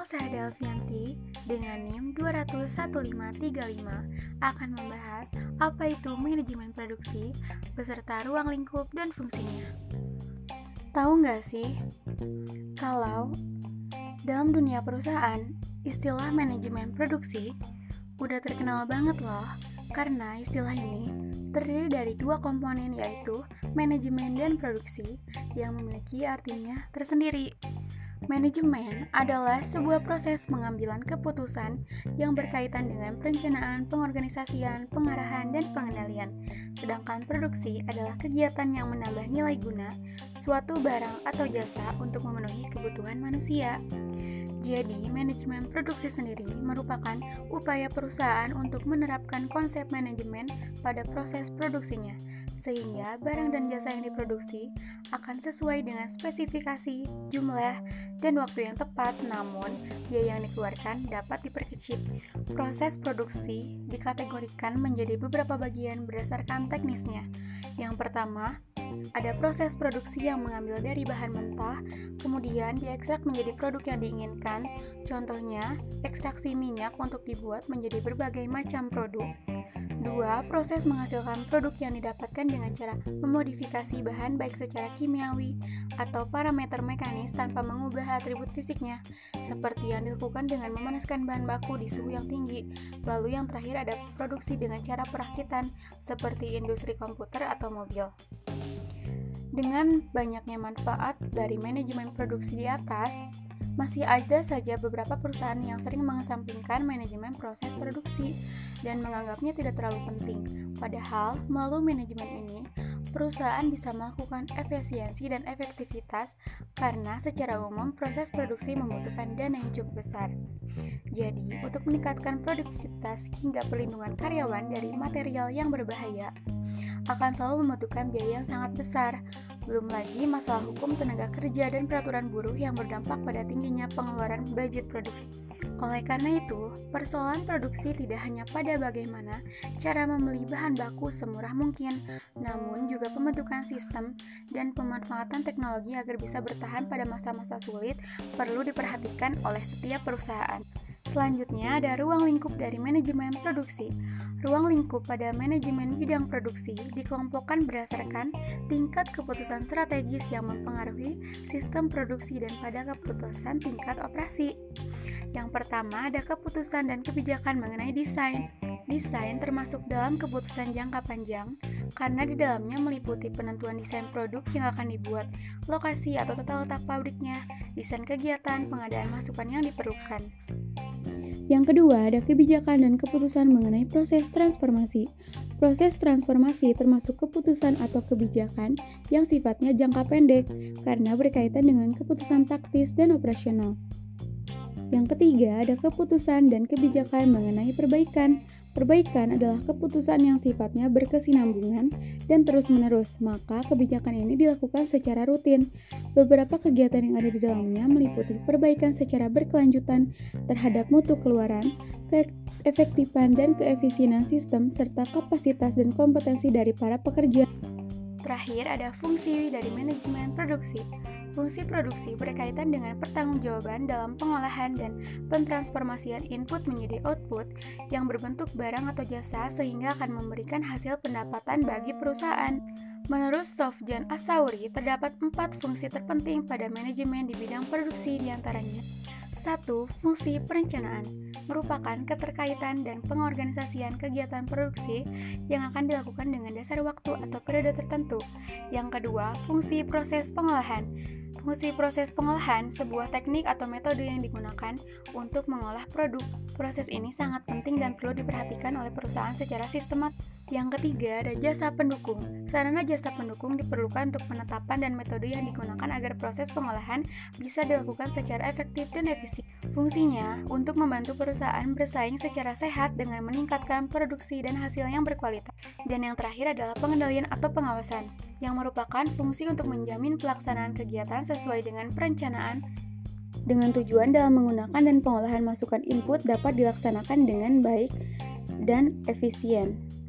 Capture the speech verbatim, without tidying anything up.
saya Delvianti dengan NIM dua satu lima tiga lima akan membahas apa itu manajemen produksi beserta ruang lingkup dan fungsinya. Tahu nggak sih, kalau dalam dunia perusahaan, istilah manajemen produksi udah terkenal banget loh, karena istilah ini terdiri dari dua komponen, yaitu manajemen dan produksi yang memiliki artinya tersendiri. Manajemen adalah sebuah proses pengambilan keputusan yang berkaitan dengan perencanaan, pengorganisasian, pengarahan, dan pengendalian. Sedangkan produksi adalah kegiatan yang menambah nilai guna suatu barang atau jasa untuk memenuhi kebutuhan manusia. Jadi, manajemen produksi sendiri merupakan upaya perusahaan untuk menerapkan konsep manajemen pada proses produksinya, sehingga barang dan jasa yang diproduksi akan sesuai dengan spesifikasi, jumlah, dan waktu yang tepat, namun biaya yang dikeluarkan dapat diperkecil. Proses produksi dikategorikan menjadi beberapa bagian berdasarkan teknisnya. Yang pertama, ada proses produksi yang mengambil dari bahan mentah, kemudian diekstrak menjadi produk yang diinginkan. Contohnya, ekstraksi minyak untuk dibuat menjadi berbagai macam produk. Dua, proses menghasilkan produk yang didapatkan dengan cara memodifikasi bahan baik secara kimiawi atau parameter mekanis tanpa mengubah atribut fisiknya, seperti yang dilakukan dengan memanaskan bahan baku di suhu yang tinggi. Lalu yang terakhir ada produksi dengan cara perakitan, seperti industri komputer atau mobil. Dengan banyaknya manfaat dari manajemen produksi di atas, masih ada saja beberapa perusahaan yang sering mengesampingkan manajemen proses produksi dan menganggapnya tidak terlalu penting. Padahal, melalui manajemen ini, perusahaan bisa melakukan efisiensi dan efektivitas karena secara umum proses produksi membutuhkan dana yang cukup besar. Jadi, untuk meningkatkan produktivitas hingga perlindungan karyawan dari material yang berbahaya, akan selalu membutuhkan biaya yang sangat besar. Belum lagi masalah hukum tenaga kerja dan peraturan buruh yang berdampak pada tingginya pengeluaran budget produksi. Oleh karena itu, persoalan produksi tidak hanya pada bagaimana cara membeli bahan baku semurah mungkin, namun juga pembentukan sistem dan pemanfaatan teknologi agar bisa bertahan pada masa-masa sulit perlu diperhatikan oleh setiap perusahaan. Selanjutnya ada ruang lingkup dari manajemen produksi. Ruang lingkup pada manajemen bidang produksi dikelompokkan berdasarkan tingkat keputusan strategis yang mempengaruhi sistem produksi dan pada keputusan tingkat operasi. Yang pertama ada keputusan dan kebijakan mengenai desain. Desain termasuk dalam keputusan jangka panjang karena di dalamnya meliputi penentuan desain produk yang akan dibuat, lokasi atau tata letak pabriknya, desain kegiatan, pengadaan masukan yang diperlukan. Yang kedua, ada kebijakan dan keputusan mengenai proses transformasi. Proses transformasi termasuk keputusan atau kebijakan yang sifatnya jangka pendek karena berkaitan dengan keputusan taktis dan operasional. Yang ketiga, ada keputusan dan kebijakan mengenai perbaikan. Perbaikan adalah keputusan yang sifatnya berkesinambungan dan terus-menerus, maka kebijakan ini dilakukan secara rutin. Beberapa kegiatan yang ada di dalamnya meliputi perbaikan secara berkelanjutan terhadap mutu keluaran, keefektifan dan keefisienan sistem, serta kapasitas dan kompetensi dari para pekerja. Terakhir, ada fungsi dari manajemen produksi. Fungsi produksi berkaitan dengan pertanggungjawaban dalam pengolahan dan pentransformasian input menjadi output yang berbentuk barang atau jasa sehingga akan memberikan hasil pendapatan bagi perusahaan. Menurut Sofjan Asauri, terdapat empat fungsi terpenting pada manajemen di bidang produksi diantaranya. Satu. Fungsi perencanaan merupakan keterkaitan dan pengorganisasian kegiatan produksi yang akan dilakukan dengan dasar waktu atau periode tertentu. Yang kedua, fungsi proses pengolahan. Fungsi proses pengolahan sebuah teknik atau metode yang digunakan untuk mengolah produk. Proses ini sangat penting dan perlu diperhatikan oleh perusahaan secara sistematis. Yang ketiga, ada jasa pendukung. Sarana jasa pendukung diperlukan untuk penetapan dan metode yang digunakan agar proses pengolahan bisa dilakukan secara efektif dan efisien. Fungsinya untuk membantu perusahaan bersaing secara sehat dengan meningkatkan produksi dan hasil yang berkualitas. Dan yang terakhir adalah pengendalian atau pengawasan, yang merupakan fungsi untuk menjamin pelaksanaan kegiatan sesuai dengan perencanaan dengan tujuan dalam menggunakan dan pengolahan masukan input dapat dilaksanakan dengan baik dan efisien.